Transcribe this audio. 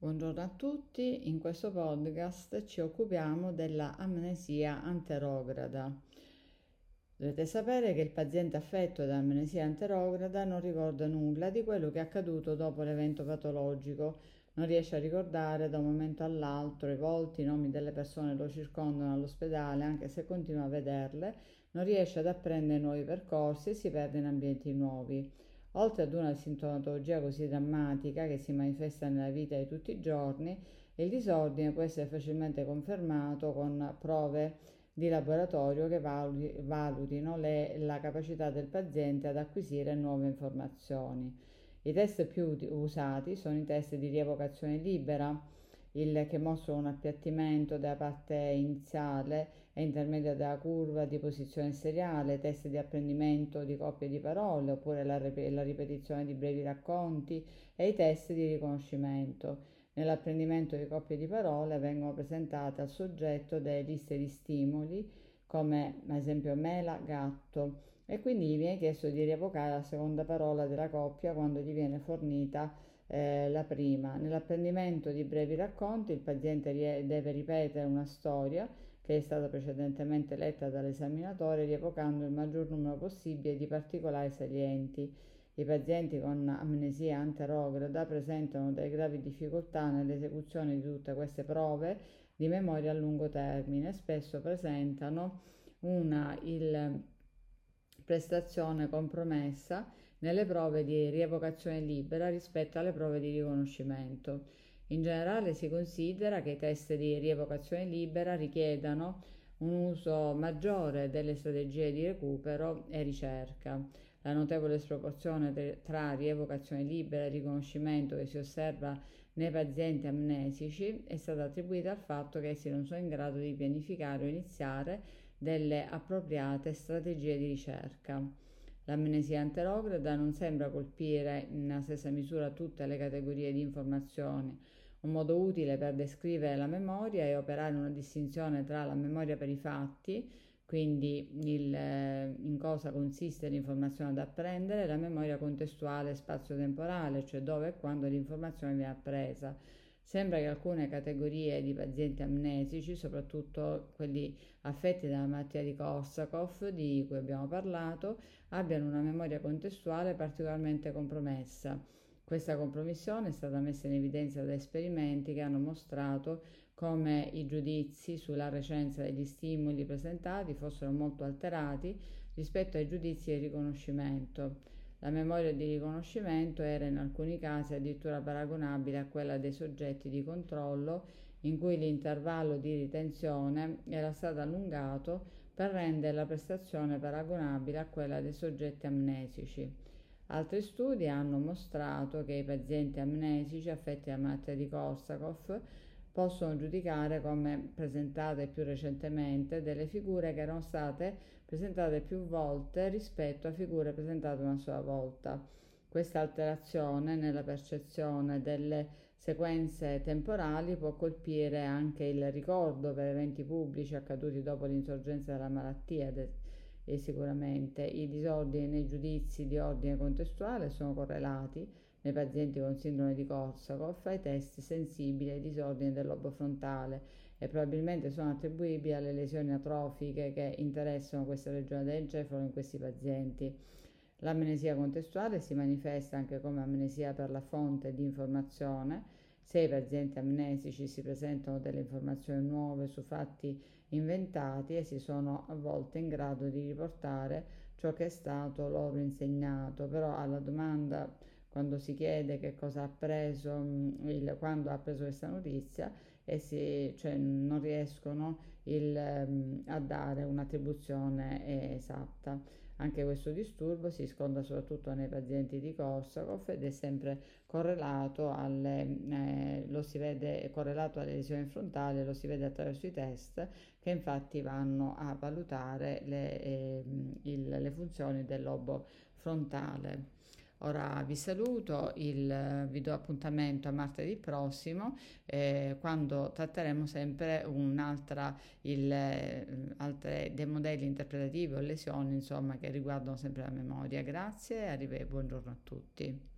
Buongiorno a tutti, in questo podcast ci occupiamo della amnesia anterograda. Dovete sapere che il paziente affetto da amnesia anterograda non ricorda nulla di quello che è accaduto dopo l'evento patologico, non riesce a ricordare da un momento all'altro i volti, i nomi delle persone che lo circondano all'ospedale, anche se continua a vederle, non riesce ad apprendere nuovi percorsi e si perde in ambienti nuovi. Oltre ad una sintomatologia così drammatica che si manifesta nella vita di tutti i giorni, il disordine può essere facilmente confermato con prove di laboratorio che valutino la capacità del paziente ad acquisire nuove informazioni. I test più usati sono i test di rievocazione libera, che mostrano un appiattimento della parte iniziale e intermedia della curva di posizione seriale, test di apprendimento di coppie di parole oppure la ripetizione di brevi racconti e i test di riconoscimento. Nell'apprendimento di coppie di parole vengono presentate al soggetto delle liste di stimoli come ad esempio mela, gatto e quindi gli viene chiesto di rievocare la seconda parola della coppia quando gli viene fornita la prima. Nell'apprendimento di brevi racconti il paziente deve ripetere una storia che è stata precedentemente letta dall'esaminatore, rievocando il maggior numero possibile di particolari salienti. I pazienti con amnesia anterograda presentano delle gravi difficoltà nell'esecuzione di tutte queste prove di memoria a lungo termine, spesso presentano una prestazione compromessa nelle prove di rievocazione libera rispetto alle prove di riconoscimento. In generale si considera che i test di rievocazione libera richiedano un uso maggiore delle strategie di recupero e ricerca. La notevole sproporzione tra rievocazione libera e riconoscimento che si osserva nei pazienti amnesici è stata attribuita al fatto che essi non sono in grado di pianificare o iniziare delle appropriate strategie di ricerca. L'amnesia anterograda non sembra colpire nella stessa misura tutte le categorie di informazioni. Un modo utile per descrivere la memoria è operare una distinzione tra la memoria per i fatti, quindi in cosa consiste l'informazione da apprendere, e la memoria contestuale spazio-temporale, cioè dove e quando l'informazione viene appresa. Sembra che alcune categorie di pazienti amnesici, soprattutto quelli affetti dalla malattia di Korsakoff, di cui abbiamo parlato, abbiano una memoria contestuale particolarmente compromessa. Questa compromissione è stata messa in evidenza da esperimenti che hanno mostrato come i giudizi sulla recenza degli stimoli presentati fossero molto alterati rispetto ai giudizi di riconoscimento. La memoria di riconoscimento era in alcuni casi addirittura paragonabile a quella dei soggetti di controllo, in cui l'intervallo di ritenzione era stato allungato per rendere la prestazione paragonabile a quella dei soggetti amnesici. Altri studi hanno mostrato che i pazienti amnesici affetti da malattia di Korsakoff possono giudicare come presentate più recentemente delle figure che erano state presentate più volte rispetto a figure presentate una sola volta. Questa alterazione nella percezione delle sequenze temporali può colpire anche il ricordo per eventi pubblici accaduti dopo l'insorgenza della malattia e sicuramente i disordini nei giudizi di ordine contestuale sono correlati nei pazienti con sindrome di Korsakoff ai test sensibili ai disordini del lobo frontale e probabilmente sono attribuibili alle lesioni atrofiche che interessano questa regione dell'encefalo in questi pazienti. L'amnesia contestuale si manifesta anche come amnesia per la fonte di informazione. Se i pazienti amnesici si presentano delle informazioni nuove su fatti inventati e si sono a volte in grado di riportare ciò che è stato loro insegnato, però alla domanda quando si chiede che cosa ha appreso, quando ha preso questa notizia e cioè, non riescono a dare un'attribuzione esatta. Anche questo disturbo si scontra soprattutto nei pazienti di Korsakoff ed è sempre lo si vede correlato alle lesioni frontali, lo si vede attraverso i test che infatti vanno a valutare le funzioni del lobo frontale. Ora vi saluto, vi do appuntamento a martedì prossimo quando tratteremo sempre dei modelli interpretativi o lesioni insomma che riguardano sempre la memoria. Grazie e buongiorno a tutti.